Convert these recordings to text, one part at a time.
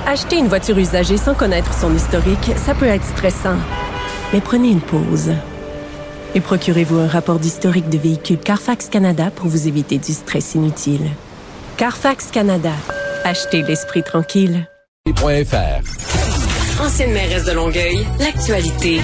Acheter une voiture usagée sans connaître son historique, ça peut être stressant. Mais prenez une pause. Et procurez-vous un rapport d'historique de véhicule Carfax Canada pour vous éviter du stress inutile. Carfax Canada. Achetez l'esprit tranquille. Ancienne mairesse de Longueuil, l'actualité.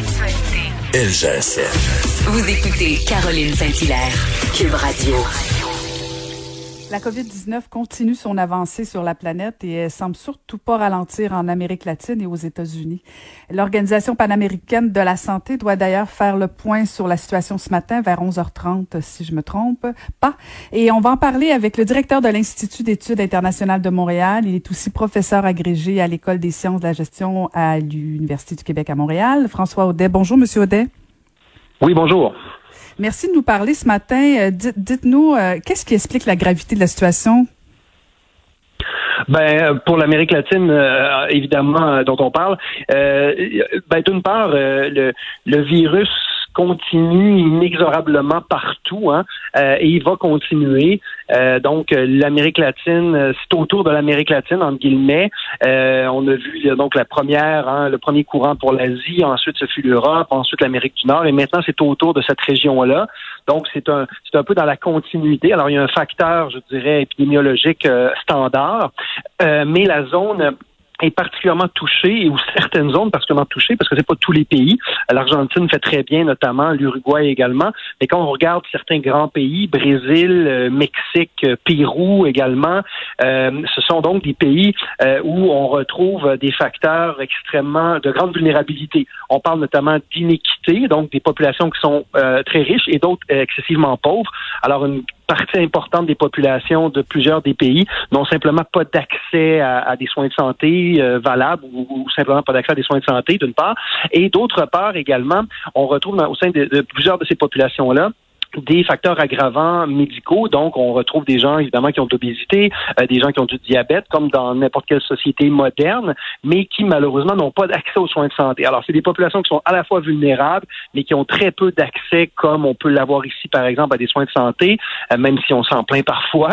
LGSN. Vous écoutez Caroline Saint-Hilaire, Cube Radio. La COVID-19 continue son avancée sur la planète et elle semble surtout pas ralentir en Amérique latine et aux États-Unis. L'Organisation panaméricaine de la santé doit d'ailleurs faire le point sur la situation ce matin vers 11h30, si je me trompe pas. Et on va en parler avec le directeur de l'Institut d'études internationales de Montréal. Il est aussi professeur agrégé à l'École des sciences de la gestion à l'Université du Québec à Montréal. François Audet. Bonjour, Monsieur Audet. Oui, bonjour. Merci de nous parler ce matin. Dites-nous, qu'est-ce qui explique la gravité de la situation? Pour l'Amérique latine, évidemment, dont on parle, d'une part, le virus continue inexorablement partout, et il va continuer. Donc, l'Amérique latine, c'est autour de l'Amérique latine, entre guillemets. On a vu donc la première, le premier courant pour l'Asie, ensuite ce fut l'Europe, ensuite l'Amérique du Nord, et maintenant c'est autour de cette région-là. Donc, c'est un peu dans la continuité. Alors, il y a un facteur, je dirais, épidémiologique standard, mais la zone est particulièrement touchée, ou certaines zones particulièrement touchées, parce que c'est pas tous les pays. L'Argentine fait très bien, notamment, l'Uruguay également. Mais quand on regarde certains grands pays, Brésil, Mexique, Pérou également, ce sont donc des pays où on retrouve des facteurs extrêmement de grande vulnérabilité. On parle notamment d'inéquité, donc des populations qui sont très riches et d'autres excessivement pauvres. Alors, une partie importante des populations de plusieurs des pays n'ont simplement pas d'accès à des soins de santé valables ou simplement pas d'accès à des soins de santé, d'une part. Et d'autre part, également, on retrouve au sein de plusieurs de ces populations-là des facteurs aggravants médicaux. Donc, on retrouve des gens, évidemment, qui ont de l'obésité, des gens qui ont du diabète, comme dans n'importe quelle société moderne, mais qui, malheureusement, n'ont pas d'accès aux soins de santé. Alors, c'est des populations qui sont à la fois vulnérables, mais qui ont très peu d'accès, comme on peut l'avoir ici, par exemple, à des soins de santé, même si on s'en plaint parfois,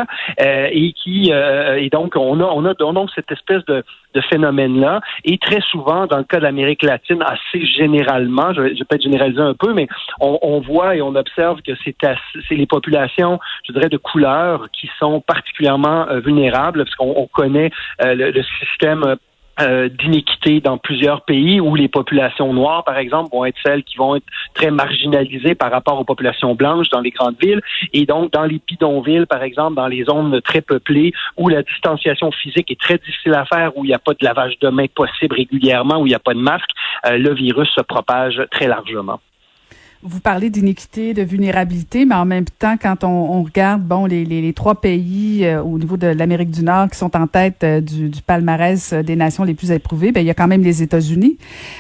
et donc, on a donc cette espèce de phénomène-là. Et très souvent, dans le cas de l'Amérique latine, assez généralement, je vais peut-être généraliser un peu, mais on voit et on observe que c'est les populations, je dirais, de couleur qui sont particulièrement vulnérables, parce qu'on connaît le système d'inéquité dans plusieurs pays où les populations noires, par exemple, vont être celles qui vont être très marginalisées par rapport aux populations blanches dans les grandes villes. Et donc, dans les bidonvilles, par exemple, dans les zones très peuplées, où la distanciation physique est très difficile à faire, où il n'y a pas de lavage de mains possible régulièrement, où il n'y a pas de masque, le virus se propage très largement. Vous parlez d'inéquité, de vulnérabilité, mais en même temps, quand on regarde les trois pays au niveau de l'Amérique du Nord qui sont en tête du palmarès des nations les plus éprouvées, il y a quand même les États-Unis.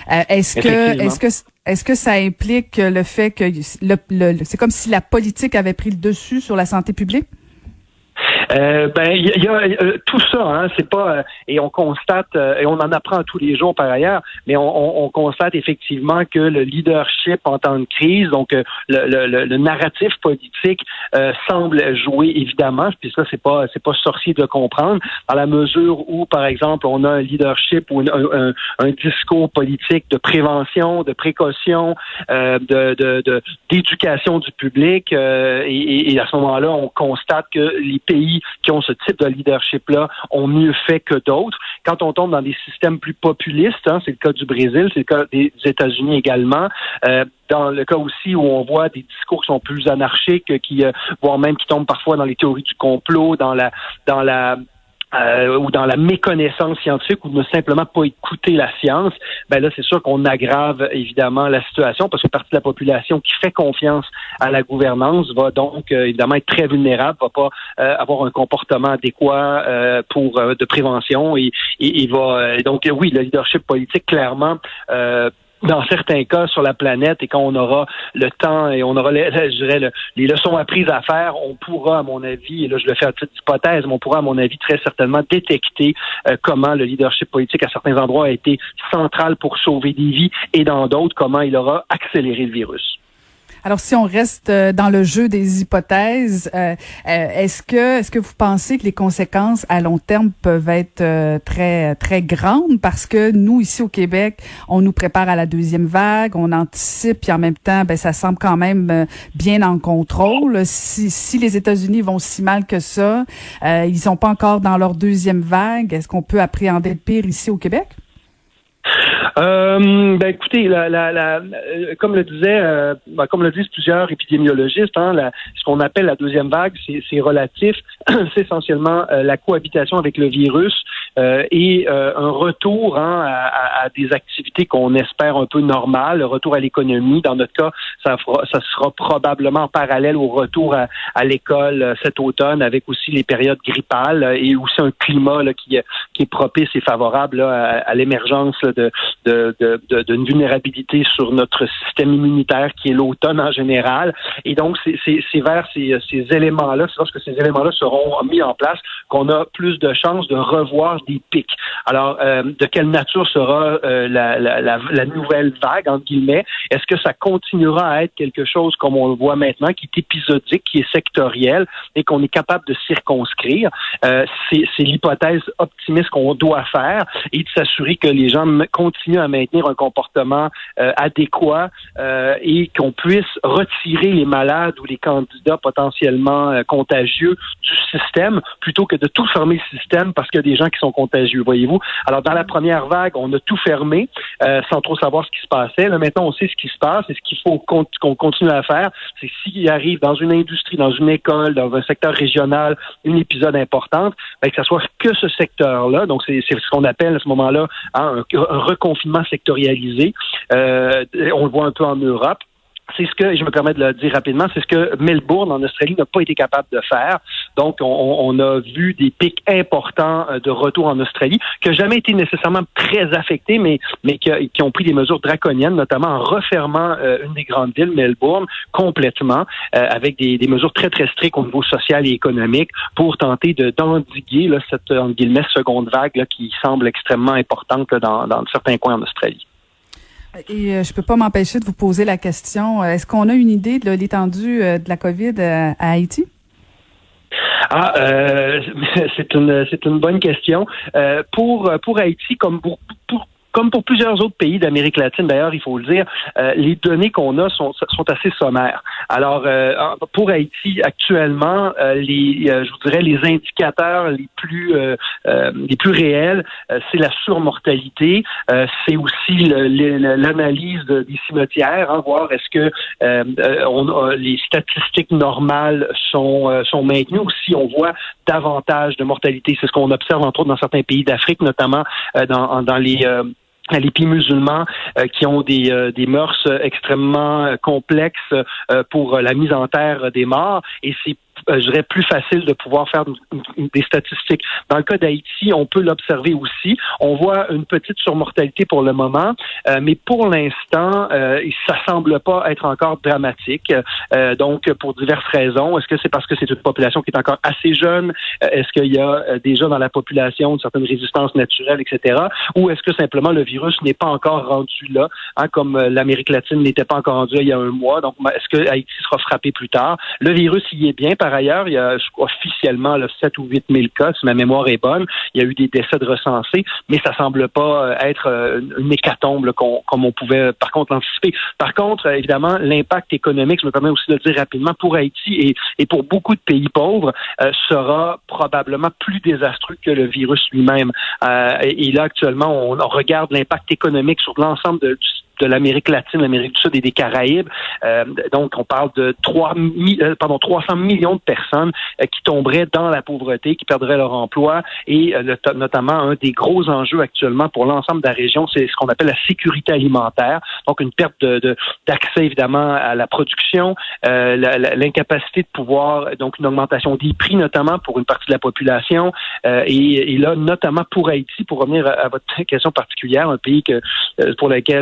Est-ce que ça implique le fait que c'est comme si la politique avait pris le dessus sur la santé publique? Il y a tout ça, c'est pas et on constate et on en apprend tous les jours par ailleurs, mais on constate effectivement que le leadership en temps de crise, donc le narratif politique semble jouer évidemment, puis ça c'est pas sorcier de le comprendre, dans la mesure où par exemple on a un leadership ou un discours politique de prévention, de précaution, d'éducation du public et à ce moment-là on constate que les pays qui ont ce type de leadership-là ont mieux fait que d'autres. Quand on tombe dans des systèmes plus populistes, c'est le cas du Brésil, c'est le cas des États-Unis également, dans le cas aussi où on voit des discours qui sont plus anarchiques, voire même qui tombent parfois dans les théories du complot, ou dans la méconnaissance scientifique ou ne simplement pas écouter la science, là, c'est sûr qu'on aggrave évidemment la situation parce que partie de la population qui fait confiance à la gouvernance va donc évidemment être très vulnérable, va pas avoir un comportement adéquat de prévention et va donc oui, le leadership politique clairement dans certains cas sur la planète et quand on aura le temps et on aura les leçons apprises à faire, on pourra, à mon avis, et là je le fais à titre d'hypothèse, mais on pourra, à mon avis, très certainement détecter comment le leadership politique à certains endroits a été central pour sauver des vies et dans d'autres, comment il aura accéléré le virus. Alors, si on reste dans le jeu des hypothèses, est-ce que vous pensez que les conséquences à long terme peuvent être très très grandes, parce que nous ici au Québec, on nous prépare à la deuxième vague, on anticipe, puis en même temps, ça semble quand même bien en contrôle. Si les États-Unis vont si mal que ça, ils sont pas encore dans leur deuxième vague, est-ce qu'on peut appréhender le pire ici au Québec? Écoutez, comme le disent plusieurs épidémiologistes, ce qu'on appelle la deuxième vague, c'est relatif, c'est essentiellement la cohabitation avec le virus et un retour à des activités qu'on espère un peu normales, le retour à l'économie. Dans notre cas, ça sera probablement en parallèle au retour à l'école cet automne, avec aussi les périodes grippales et aussi un climat là, qui est propice et favorable là, à l'émergence d'une vulnérabilité sur notre système immunitaire qui est l'automne en général. Et donc, c'est vers ces éléments-là, c'est lorsque ces éléments-là seront mis en place qu'on a plus de chances de revoir des pics. Alors, de quelle nature sera la nouvelle vague, entre guillemets? Est-ce que ça continuera à être quelque chose, comme on le voit maintenant, qui est épisodique, qui est sectoriel et qu'on est capable de circonscrire? C'est l'hypothèse optimiste qu'on doit faire, et de s'assurer que les gens continuent à maintenir un comportement adéquat et qu'on puisse retirer les malades ou les candidats potentiellement contagieux du système, plutôt que de tout fermer le système parce qu'il y a des gens qui sont contagieux, voyez-vous. Alors, dans la première vague, on a tout fermé sans trop savoir ce qui se passait. Là, maintenant, on sait ce qui se passe, et ce qu'il faut qu'on continue à faire, c'est s'il arrive dans une industrie, dans une école, dans un secteur régional, un épisode important, que ça soit que ce secteur-là. Donc, c'est ce qu'on appelle à ce moment-là un reconfinement sectorialisé. On le voit un peu en Europe. C'est ce que, je me permets de le dire rapidement, c'est ce que Melbourne, en Australie, n'a pas été capable de faire. Donc, on a vu des pics importants de retour en Australie, qui n'ont jamais été nécessairement très affectés, mais qui ont pris des mesures draconiennes, notamment en refermant une des grandes villes, Melbourne, complètement, avec des mesures très, très strictes au niveau social et économique, pour tenter d'endiguer là, cette, entre guillemets, seconde vague là, qui semble extrêmement importante là, dans certains coins en Australie. Et je peux pas m'empêcher de vous poser la question, est-ce qu'on a une idée de l'étendue de la COVID à Haïti? C'est une bonne question. Pour Haïti, comme pour plusieurs autres pays d'Amérique latine, d'ailleurs, il faut le dire, les données qu'on a sont assez sommaires. Alors, pour Haïti, actuellement, je vous dirais, les indicateurs les plus réels, c'est la surmortalité, c'est aussi l'analyse des cimetières, voir est-ce que les statistiques normales sont maintenues, ou si on voit davantage de mortalité. C'est ce qu'on observe, entre autres, dans certains pays d'Afrique, notamment dans les pays musulmans qui ont des mœurs extrêmement complexes pour la mise en terre des morts, et c'est je dirais plus facile de pouvoir faire des statistiques. Dans le cas d'Haïti, on peut l'observer aussi. On voit une petite surmortalité pour le moment, mais pour l'instant, ça semble pas être encore dramatique. Donc, pour diverses raisons. Est-ce que c'est parce que c'est une population qui est encore assez jeune? Est-ce qu'il y a déjà dans la population une certaine résistance naturelle, etc.? Ou est-ce que simplement le virus n'est pas encore rendu là, comme l'Amérique latine n'était pas encore rendue là il y a un mois? Donc, est-ce que Haïti sera frappé plus tard? Le virus y est bien. Par ailleurs, il y a officiellement 7 ou 8 000 cas, si ma mémoire est bonne. Il y a eu des décès de recensés, mais ça semble pas être une hécatombe là, comme on pouvait par contre l'anticiper. Par contre, évidemment, l'impact économique, je me permets aussi de le dire rapidement, pour Haïti et pour beaucoup de pays pauvres, sera probablement plus désastreux que le virus lui-même. Et là, actuellement, on regarde l'impact économique sur l'ensemble de l'Amérique latine, l'Amérique du Sud et des Caraïbes. Donc, on parle de 300 millions de personnes qui tomberaient dans la pauvreté, qui perdraient leur emploi, et notamment un des gros enjeux actuellement pour l'ensemble de la région, c'est ce qu'on appelle la sécurité alimentaire. Donc, une perte d'accès, évidemment, à la production, l'incapacité de pouvoir, donc une augmentation des prix, notamment pour une partie de la population. Et là, notamment pour Haïti, pour revenir à votre question particulière, un pays pour lequel j'ai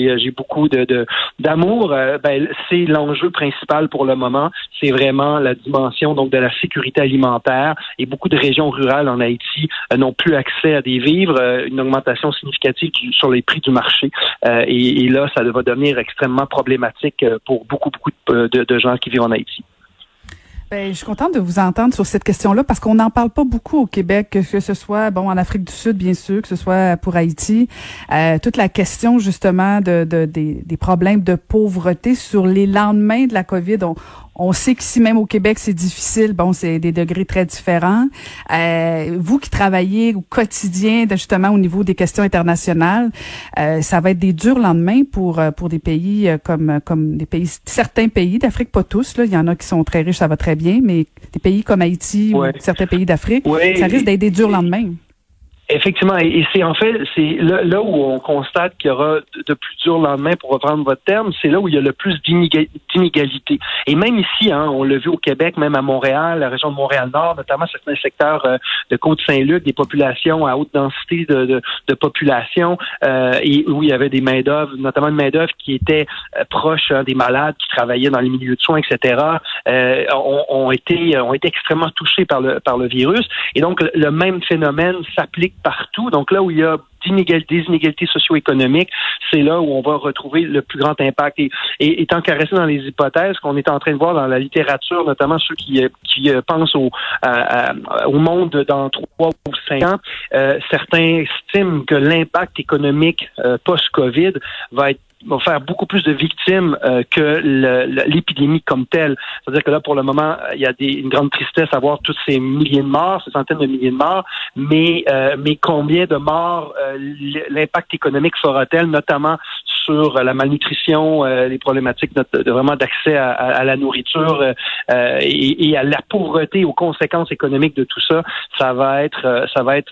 j'ai beaucoup d'amour, c'est l'enjeu principal pour le moment. C'est vraiment la dimension donc de la sécurité alimentaire. Et beaucoup de régions rurales en Haïti n'ont plus accès à des vivres, une augmentation significative sur les prix du marché. Et là, ça va devenir extrêmement problématique pour beaucoup de gens qui vivent en Haïti. Je suis contente de vous entendre sur cette question-là parce qu'on n'en parle pas beaucoup au Québec, que ce soit en Afrique du Sud, bien sûr, que ce soit pour Haïti. Toute la question, justement, des problèmes de pauvreté sur les lendemains de la COVID. On sait qu'ici, même au Québec, c'est difficile. C'est des degrés très différents. Vous qui travaillez au quotidien, justement, au niveau des questions internationales, ça va être des durs lendemains pour des pays comme certains pays d'Afrique, pas tous, là. Il y en a qui sont très riches, ça va très bien, mais des pays comme Haïti ou certains pays d'Afrique, ça risque d'être des durs lendemains. Effectivement, et c'est là où on constate qu'il y aura de plus durs lendemains, pour reprendre votre terme, c'est là où il y a le plus d'inégalités. Et même ici, on l'a vu au Québec, même à Montréal, la région de Montréal-Nord, notamment certains secteurs de Côte-Saint-Luc, des populations à haute densité de population, et où il y avait des main-d'œuvre, notamment une main-d'œuvre qui était proche des malades, qui travaillaient dans les milieux de soins, etc., ont été extrêmement touchés par le virus. Et donc, le même phénomène s'applique partout. Donc là où il y a des inégalités socio-économiques, c'est là où on va retrouver le plus grand impact. Et tant qu'à rester dans les hypothèses qu'on est en train de voir dans la littérature, notamment ceux qui pensent au monde dans 3 ou 5 ans, certains estiment que l'impact économique post-COVID va faire beaucoup plus de victimes que l'épidémie comme telle. C'est-à-dire que là, pour le moment, il y a une grande tristesse à voir tous ces milliers de morts, ces centaines de milliers de morts, mais combien de morts l'impact économique fera-t-elle, notamment sur la malnutrition, les problématiques vraiment d'accès à la nourriture et à la pauvreté, aux conséquences économiques de tout ça, ça va être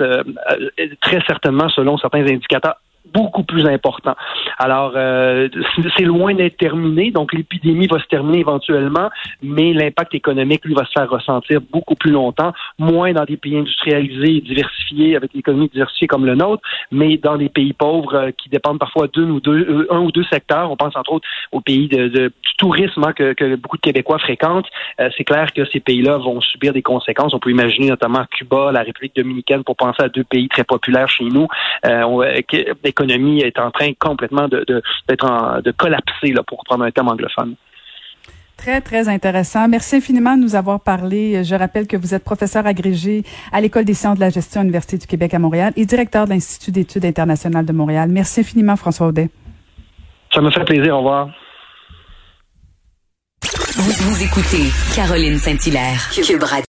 très certainement, selon certains indicateurs, beaucoup plus important. Alors, c'est loin d'être terminé, donc l'épidémie va se terminer éventuellement, mais l'impact économique, lui, va se faire ressentir beaucoup plus longtemps, moins dans des pays industrialisés et diversifiés, avec l'économie diversifiée comme le nôtre, mais dans des pays pauvres qui dépendent parfois un ou deux secteurs. On pense entre autres aux pays du tourisme que beaucoup de Québécois fréquentent. C'est clair que ces pays-là vont subir des conséquences. On peut imaginer notamment Cuba, la République dominicaine, pour penser à 2 pays très populaires chez nous. L'économie est en train complètement de collapser, là, pour reprendre un terme anglophone. Très, très intéressant. Merci infiniment de nous avoir parlé. Je rappelle que vous êtes professeur agrégé à l'École des sciences de la gestion à l'Université du Québec à Montréal et directeur de l'Institut d'études internationales de Montréal. Merci infiniment, François Audet. Ça me fait plaisir. Au revoir. Vous écoutez Caroline Saint-Hilaire, Cube Radio.